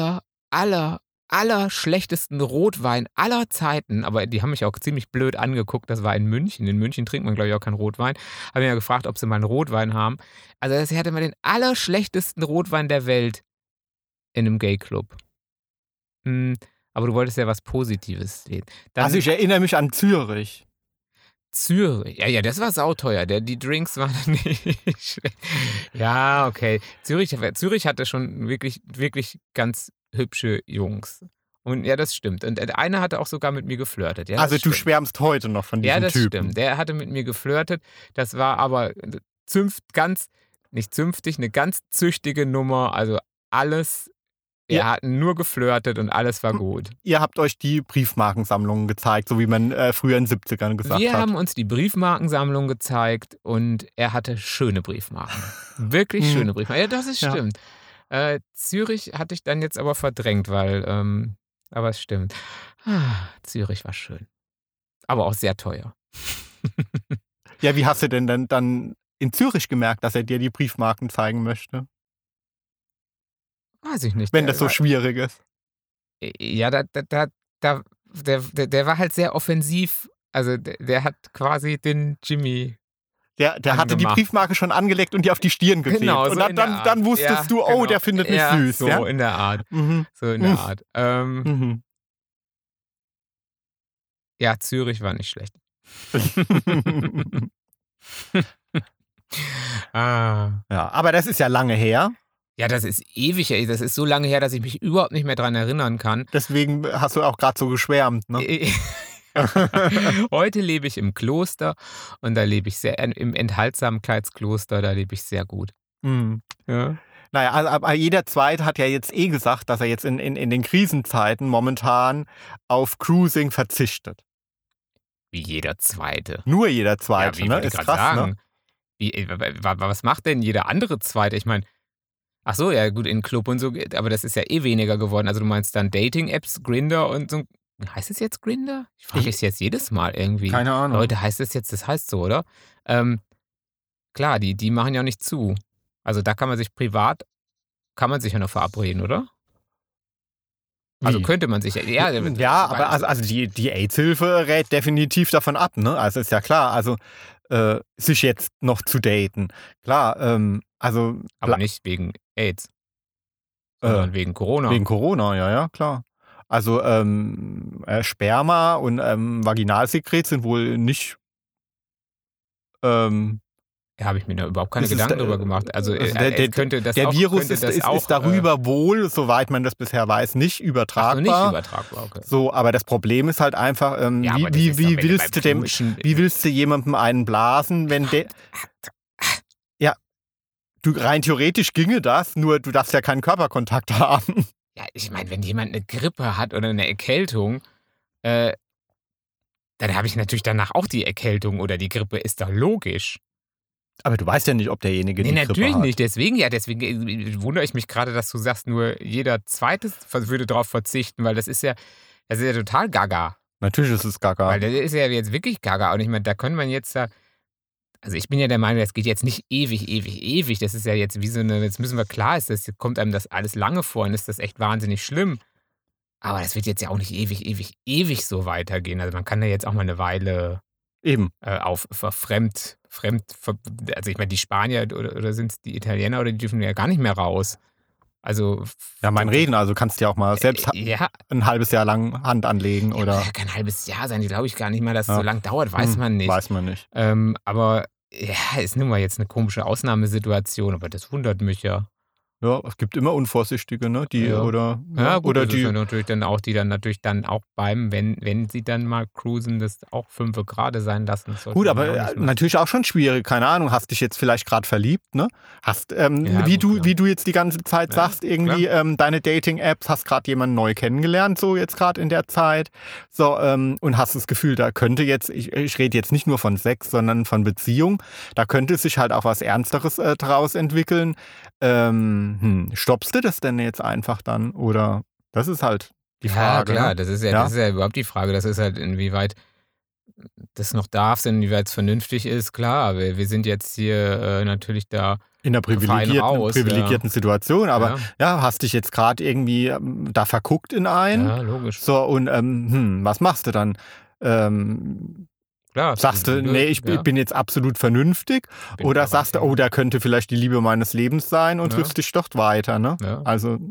aller schlechtesten Rotwein aller Zeiten, aber die haben mich auch ziemlich blöd angeguckt. Das war in München. In München trinkt man, glaube ich, auch keinen Rotwein. Habe mich ja gefragt, ob sie mal einen Rotwein haben. Also ich hatte mal den allerschlechtesten Rotwein der Welt in einem Gay-Club. Aber du wolltest ja was Positives sehen. Also ich erinnere mich an Zürich. Zürich, ja, das war sauteuer. Die Drinks waren nicht schlecht. Ja, okay. Zürich hatte schon wirklich, wirklich ganz hübsche Jungs. Und ja, das stimmt. Und einer hatte auch sogar mit mir geflirtet. Ja, also du stimmt. schwärmst heute noch von diesem Typen. Ja, das stimmt. Der hatte mit mir geflirtet. Das war aber nicht zünftig, eine ganz züchtige Nummer. Also alles. Er hat nur geflirtet und alles war gut. Ihr habt euch die Briefmarkensammlungen gezeigt, so wie man früher in den 70ern gesagt hat. Wir haben uns die Briefmarkensammlung gezeigt und er hatte schöne Briefmarken. Wirklich schöne Briefmarken. Ja, das ist stimmt. Zürich hatte ich dann jetzt aber verdrängt, weil, aber es stimmt. Zürich war schön. Aber auch sehr teuer. Ja, wie hast du denn dann in Zürich gemerkt, dass er dir die Briefmarken zeigen möchte? Weiß ich nicht. Wenn das so schwierig ist. Ja, der war halt sehr offensiv. Also der hat quasi den Jimmy. Der hatte die Briefmarke schon angelegt und die auf die Stirn geklebt. Genau, so und dann wusstest du, oh, der findet mich süß. So in der Art. So in der Art. Ja, Zürich war nicht schlecht. Ja, aber das ist ja lange her. Ja, das ist ewig. Das ist so lange her, dass ich mich überhaupt nicht mehr dran erinnern kann. Deswegen hast du auch gerade so geschwärmt, ne? Heute lebe ich im Kloster und da lebe ich im Enthaltsamkeitskloster, da lebe ich sehr gut. Mhm. Ja. Naja, also, aber jeder Zweite hat ja jetzt gesagt, dass er jetzt in den Krisenzeiten momentan auf Cruising verzichtet. Wie jeder Zweite. Nur jeder Ja, Zweite, wie ne? wollte ich Ist gerade krass, ne? sagen. Was macht denn jeder andere Zweite? Ich meine, ach so, ja gut, in Club und so, aber das ist ja eh weniger geworden. Also du meinst dann Dating-Apps, Grindr und so. Heißt es jetzt Grindr? Ich frage mich jetzt jedes Mal irgendwie. Keine Ahnung. Leute, heißt es jetzt, das heißt so, oder? Klar, die machen ja nicht zu. Also da kann man sich ja noch verabreden, oder? Also Wie? könnte man sich Ja, aber also die AIDS-Hilfe rät definitiv davon ab, ne? Also ist ja klar, also sich jetzt noch zu daten. Klar, also aber nicht wegen AIDS, sondern wegen Corona. wegen Corona, ja, klar. Also Sperma und Vaginalsekret sind wohl nicht Habe ich mir da überhaupt keine das ist Gedanken der- drüber gemacht. Also könnte das der auch, Virus könnte ist, das ist, auch, ist darüber wohl, soweit man das bisher weiß, nicht übertragbar. nicht übertragbar, okay. So, aber das Problem ist halt einfach, Ja, aber das wie ist doch, wenn du wie willst du jemandem einen blasen, wenn der. Ja, du rein theoretisch ginge das, nur du darfst ja keinen Körperkontakt haben. Ja, ich meine, wenn jemand eine Grippe hat oder eine Erkältung, dann habe ich natürlich danach auch die Erkältung oder die Grippe, ist doch logisch. Aber du weißt ja nicht, ob derjenige die Grippe natürlich hat. nicht. Deswegen wundere ich mich gerade, dass du sagst, nur jeder Zweite würde darauf verzichten, weil das ist ja total gaga. Natürlich ist es gaga. Weil das ist ja jetzt wirklich gaga. Und ich meine, da könnte man jetzt also ich bin ja der Meinung, das geht jetzt nicht ewig. Das ist ja jetzt wie so eine, jetzt müssen wir klar, kommt einem das alles lange vor und ist das echt wahnsinnig schlimm. Aber das wird jetzt ja auch nicht ewig so weitergehen. Also man kann ja jetzt auch mal eine Weile Eben. also ich meine, die Spanier oder sind es die Italiener oder die dürfen ja gar nicht mehr raus. Also. Ja, mein Reden, also kannst du ja auch mal selbst ein halbes Jahr lang Hand anlegen oder. Ja, kein halbes Jahr sein, die glaube ich gar nicht mal, dass es so lang dauert, weiß man nicht. Weiß man nicht. Aber ja, ist nun mal jetzt eine komische Ausnahmesituation, aber das wundert mich ja. Ja, es gibt immer Unvorsichtige, ne? Die Ja. oder. Ja, gut, oder das die. ist ja natürlich dann auch, die dann natürlich dann auch wenn sie dann mal cruisen, das auch 5 Grad sein lassen. Das sollte Gut, man auch aber nicht machen. natürlich auch schon schwierig. Keine Ahnung, hast dich jetzt vielleicht gerade verliebt, ne? Hast, Ja, wie gut, du jetzt die ganze Zeit Ja, sagst, irgendwie deine Dating-Apps, hast gerade jemanden neu kennengelernt, so jetzt gerade in der Zeit. So, und hast das Gefühl, da könnte jetzt, ich rede jetzt nicht nur von Sex, sondern von Beziehung, da könnte sich halt auch was Ernsteres draus entwickeln. Stoppst du das denn jetzt einfach dann? Oder das ist halt die Frage. Ja, klar, ne? das ist ja überhaupt die Frage. Das ist halt, inwieweit das noch darf, inwieweit es vernünftig ist. Klar, wir sind jetzt hier natürlich da In einer privilegierten Situation, aber hast dich jetzt gerade irgendwie da verguckt in einen. Ja, logisch. So, und was machst du dann? Klar, Sagst du, nee, ich bin jetzt absolut vernünftig? Oder sagst du, oh, da könnte vielleicht die Liebe meines Lebens sein und triffst dich doch weiter, ne? Ja. Also,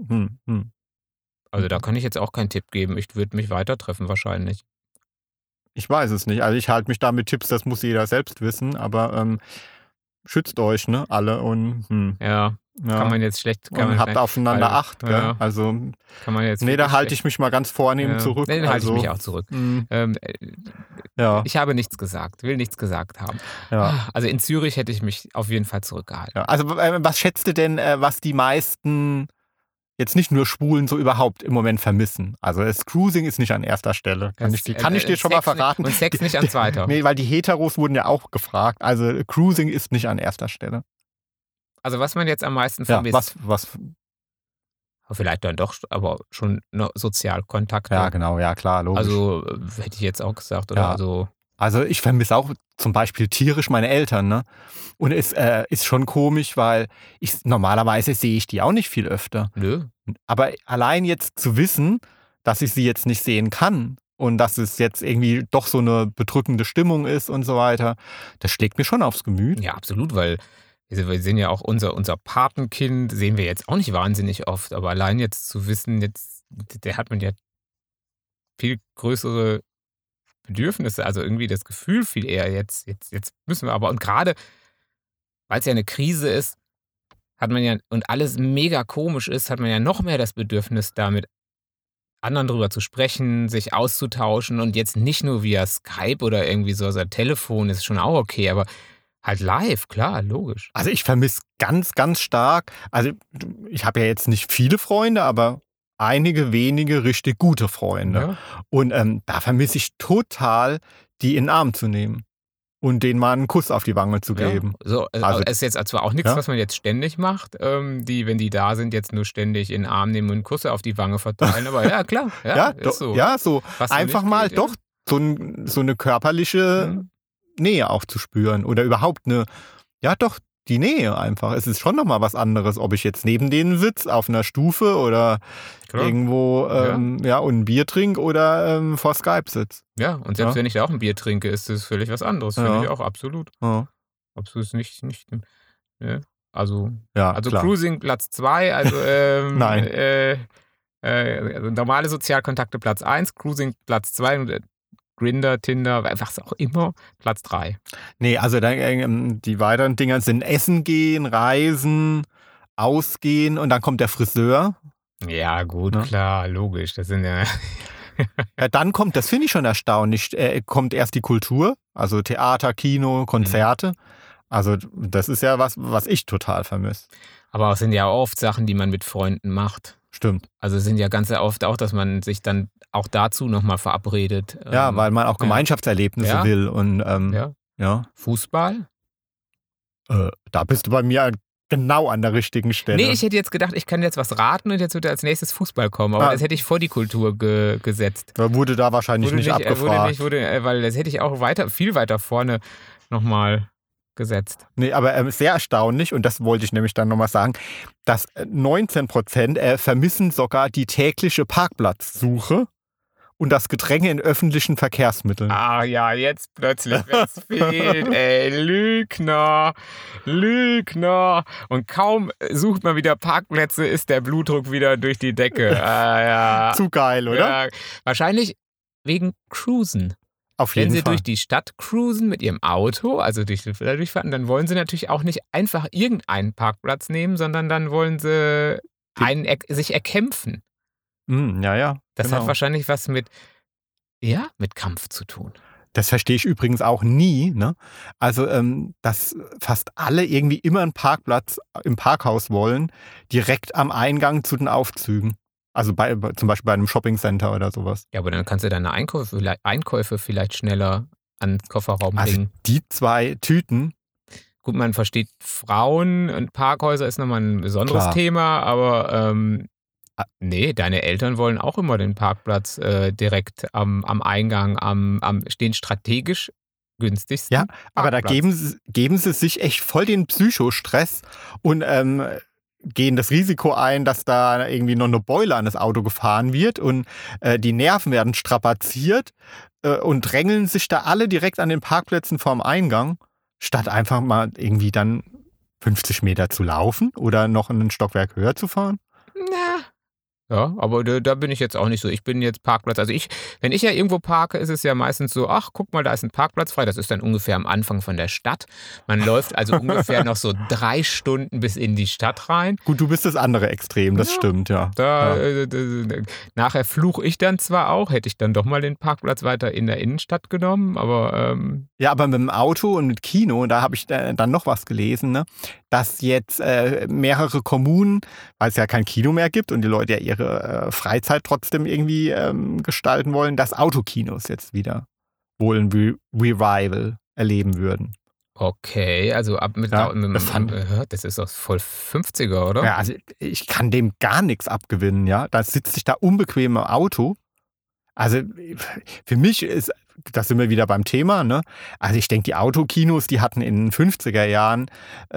Also da kann ich jetzt auch keinen Tipp geben. Ich würde mich weiter treffen wahrscheinlich. Ich weiß es nicht. Also ich halte mich da mit Tipps, das muss jeder selbst wissen, aber schützt euch, ne? Alle und kann man jetzt schlecht. Und habt aufeinander Acht, gell? Ja. Also, kann man jetzt nee, da halte ich mich mal ganz vornehm zurück. Nee, dann halte ich also, mich auch zurück. Ja. Ich habe nichts gesagt, will nichts gesagt haben. Ja. Also in Zürich hätte ich mich auf jeden Fall zurückgehalten. Ja. Also was schätzt du denn, was die meisten, jetzt nicht nur Schwulen, so überhaupt im Moment vermissen? Also das Cruising ist nicht an erster Stelle. Kann ich dir schon mal verraten. Und Sex nicht an zweiter. Nee, weil die Heteros wurden ja auch gefragt. Also Cruising ist nicht an erster Stelle. Also was man jetzt am meisten Ja, vermisst. was? Vielleicht dann doch, aber schon Sozialkontakte. Ja, genau, ja klar, logisch. Also hätte ich jetzt auch gesagt. Oder ja. Also ich vermisse auch zum Beispiel tierisch meine Eltern, ne? Und es ist schon komisch, weil normalerweise sehe ich die auch nicht viel öfter. Nö. Aber allein jetzt zu wissen, dass ich sie jetzt nicht sehen kann und dass es jetzt irgendwie doch so eine bedrückende Stimmung ist und so weiter, das schlägt mir schon aufs Gemüt. Ja, absolut, weil wir sehen ja auch unser Patenkind, sehen wir jetzt auch nicht wahnsinnig oft, aber allein jetzt zu wissen, der hat man ja viel größere Bedürfnisse, also irgendwie das Gefühl viel eher, jetzt müssen wir aber, und gerade, weil es ja eine Krise ist, hat man ja, und alles mega komisch ist, hat man ja noch mehr das Bedürfnis, da mit anderen drüber zu sprechen, sich auszutauschen und jetzt nicht nur via Skype oder irgendwie so, also Telefon ist schon auch okay, aber Halt live, klar, logisch. Also ich vermisse ganz, ganz stark, also ich habe ja jetzt nicht viele Freunde, aber einige wenige richtig gute Freunde. Ja, Und da vermisse ich total, die in den Arm zu nehmen und denen mal einen Kuss auf die Wange zu ja. geben. So, Also, es ist jetzt zwar auch nichts, ja, was man jetzt ständig macht, wenn die da sind, jetzt nur ständig in den Arm nehmen und Küsse auf die Wange verteilen, aber ja, klar, ja, ja, ist so. ja, so Was so einfach nicht mal geht, ja. doch so eine körperliche Mhm. Nähe auch zu spüren oder überhaupt ja doch, die Nähe einfach. Es ist schon nochmal was anderes, ob ich jetzt neben denen sitze, auf einer Stufe oder Klar. irgendwo ja, und ein Bier trinke oder vor Skype sitze. Ja, und selbst Ja. wenn ich da auch ein Bier trinke, ist das völlig was anderes, finde Ja. ich auch absolut. Ja, Absolut nicht, ne? Also ja klar. Cruising Platz 2, Nein. also normale Sozialkontakte Platz 1, Cruising Platz 2 und Grindr, Tinder, was auch immer, Platz 3. Nee, also die weiteren Dinger sind Essen gehen, Reisen, Ausgehen und dann kommt der Friseur. Ja, gut, Ne? klar, logisch. Das sind ja. Ja, dann kommt, das finde ich schon erstaunlich, kommt erst die Kultur, also Theater, Kino, Konzerte. Also das ist ja was ich total vermisse. Aber es sind ja oft Sachen, die man mit Freunden macht. Stimmt. Also es sind ja ganz oft auch, dass man sich dann auch dazu nochmal verabredet. Ja, weil man auch ja. Gemeinschaftserlebnisse Ja. will. Und Ja. Fußball? da bist du bei mir genau an der richtigen Stelle. Nee, ich hätte jetzt gedacht, ich kann jetzt was raten und jetzt würde als nächstes Fußball kommen. Aber das hätte ich vor die Kultur gesetzt. Da wurde da wahrscheinlich nicht abgefragt. Weil das hätte ich auch viel weiter vorne nochmal gesetzt. Nee, aber sehr erstaunlich, und das wollte ich nämlich dann nochmal sagen, dass 19% vermissen sogar die tägliche Parkplatzsuche und das Gedränge in öffentlichen Verkehrsmitteln. Ah ja, jetzt plötzlich, wenn's fehlt, ey, Lügner. Und kaum sucht man wieder Parkplätze, ist der Blutdruck wieder durch die Decke. Ah, ja. Zu geil, oder? Ja, wahrscheinlich wegen Cruisen. Auf Wenn jeden sie Fall. durch die Stadt cruisen mit ihrem Auto, also durchfahren, dann wollen sie natürlich auch nicht einfach irgendeinen Parkplatz nehmen, sondern dann wollen sie sich erkämpfen. Ja, Das genau. hat wahrscheinlich was mit Kampf zu tun. Das verstehe ich übrigens auch nie. Ne? Also, dass fast alle irgendwie immer einen Parkplatz im Parkhaus wollen, direkt am Eingang zu den Aufzügen. Also zum Beispiel bei einem Shoppingcenter oder sowas. Ja, aber dann kannst du deine Einkäufe vielleicht schneller an den Kofferraum Also bringen. die 2 Tüten. Gut, man versteht Frauen und Parkhäuser ist nochmal ein besonderes Klar. Thema, aber nee, deine Eltern wollen auch immer den Parkplatz direkt am Eingang, stehen strategisch günstigsten. Ja, aber da Parkplatz. geben sie sich echt voll den Psychostress und gehen das Risiko ein, dass da irgendwie noch eine Beule an das Auto gefahren wird und die Nerven werden strapaziert und drängeln sich da alle direkt an den Parkplätzen vorm Eingang, statt einfach mal irgendwie dann 50 Meter zu laufen oder noch einen Stockwerk höher zu fahren. Na. Ja, aber da bin ich jetzt auch nicht so. Ich bin jetzt Parkplatz. Also wenn ich ja irgendwo parke, ist es ja meistens so, ach, guck mal, da ist ein Parkplatz frei. Das ist dann ungefähr am Anfang von der Stadt. Man läuft also ungefähr noch so 3 Stunden bis in die Stadt rein. Gut, du bist das andere Extrem, das stimmt, ja. Nachher fluche ich dann zwar auch, hätte ich dann doch mal den Parkplatz weiter in der Innenstadt genommen, aber Ja, aber mit dem Auto und mit Kino, da habe ich dann noch was gelesen, ne? Dass jetzt mehrere Kommunen, weil es ja kein Kino mehr gibt und die Leute ja ihre Freizeit trotzdem irgendwie gestalten wollen, dass Autokinos jetzt wieder wohl ein Revival erleben würden. okay, also ab mit, Ja, das ist doch voll 50er, oder? Ja, also ich kann dem gar nichts abgewinnen, ja. Da sitze ich da unbequem im Auto. Also für mich ist, da sind wir wieder beim Thema, ne? Also ich denke, die Autokinos, die hatten in den 50er Jahren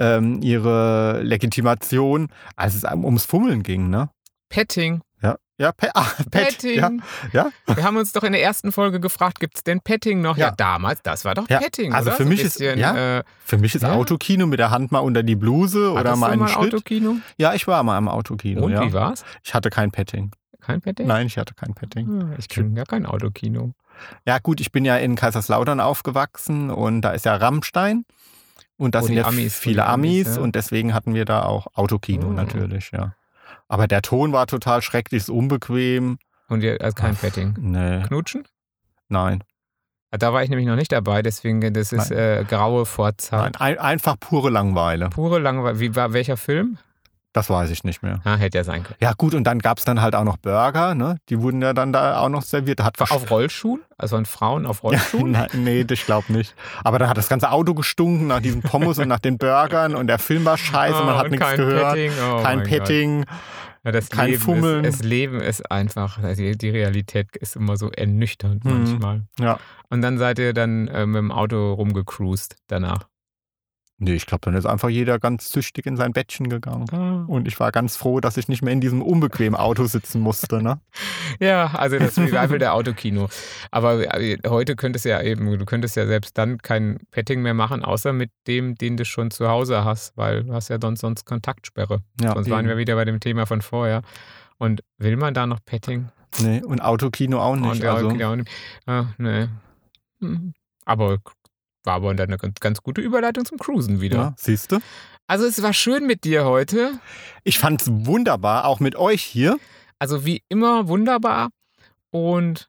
ihre Legitimation, als es ums Fummeln ging, ne? Petting. Ja, Petting. Ja. Wir haben uns doch in der ersten Folge gefragt, gibt es denn Petting noch? Ja, Ja. damals, das war doch Ja, Petting, also oder? für So ein mich ist- bisschen, ja. Für mich ist Ja. Autokino mit der Hand mal unter die Bluse oder hattest mal du einen mal Schritt. Autokino? Ja, ich war mal im Autokino. Und ja. wie war's? Ich hatte kein Petting. Kein Petting? Nein, ich hatte kein Petting. Ich kenne ja kein Autokino. Ja gut, ich bin ja in Kaiserslautern aufgewachsen und da ist ja Rammstein und da Wo sind die ja Amis- viele wo die Amis, Amis ja. und deswegen hatten wir da auch Autokino Oh. natürlich, ja. Aber der Ton war total schrecklich, ist unbequem. Und ihr, also kein Petting. Nee, Knutschen? nein. Da war ich nämlich noch nicht dabei, deswegen, das ist graue Vorzeit. Nein, einfach pure Langeweile. Pure Langeweile. Welcher Film? Das weiß ich nicht mehr. Hätte ja sein können. Ja gut, und dann gab es dann halt auch noch Burger, ne? Die wurden ja dann da auch noch serviert. Auf Rollschuhen? Also an Frauen auf Rollschuhen? Ja, nee, ich glaube nicht. Aber dann hat das ganze Auto gestunken nach diesen Pommes und nach den Burgern und der Film war scheiße, man hat nichts gehört. Kein Petting. Ja, kein Fummeln. Das Leben ist einfach, die Realität ist immer so ernüchternd manchmal. Ja. Und dann seid ihr dann mit dem Auto rumgecruised danach. Nee, ich glaube, dann ist einfach jeder ganz züchtig in sein Bettchen gegangen. Und ich war ganz froh, dass ich nicht mehr in diesem unbequemen Auto sitzen musste. Ne? Ja, also das Revival der Autokino. Aber heute könntest du könntest ja selbst dann kein Petting mehr machen, außer mit dem, den du schon zu Hause hast, weil du hast ja sonst Kontaktsperre. Ja, sonst waren wir wieder bei dem Thema von vorher. Und will man da noch Petting? Nee, und Autokino auch nicht. Autokino auch nicht. Nee. Aber war aber dann eine ganz gute Überleitung zum Cruisen wieder. Ja, siehst du? Also es war schön mit dir heute. Ich fand's wunderbar, auch mit euch hier. Also wie immer wunderbar. Und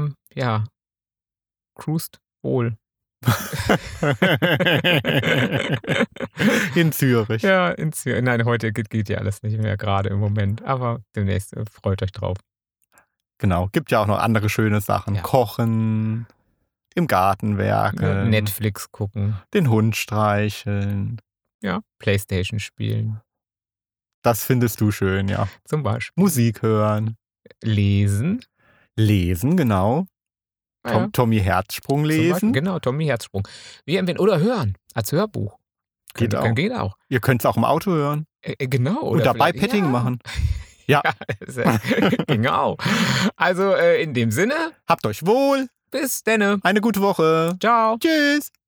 cruist wohl. In Zürich. Ja, in Zürich. Nein, heute geht ja alles nicht mehr, gerade im Moment. Aber demnächst freut euch drauf. Genau, gibt ja auch noch andere schöne Sachen. Ja. Kochen, im Garten werkeln. Netflix gucken. Den Hund streicheln. Ja, Playstation spielen. Das findest du schön, ja. Zum Beispiel. Musik hören. Lesen. Lesen, genau. Tommy Herzsprung lesen. Genau, Tommy Herzsprung. Oder hören, als Hörbuch. Geht auch. Ihr könnt es auch im Auto hören. Genau. Und dabei Petting machen. Ja. Genau. Also in dem Sinne. Habt euch wohl. Bis denne. Eine gute Woche. Ciao. Tschüss.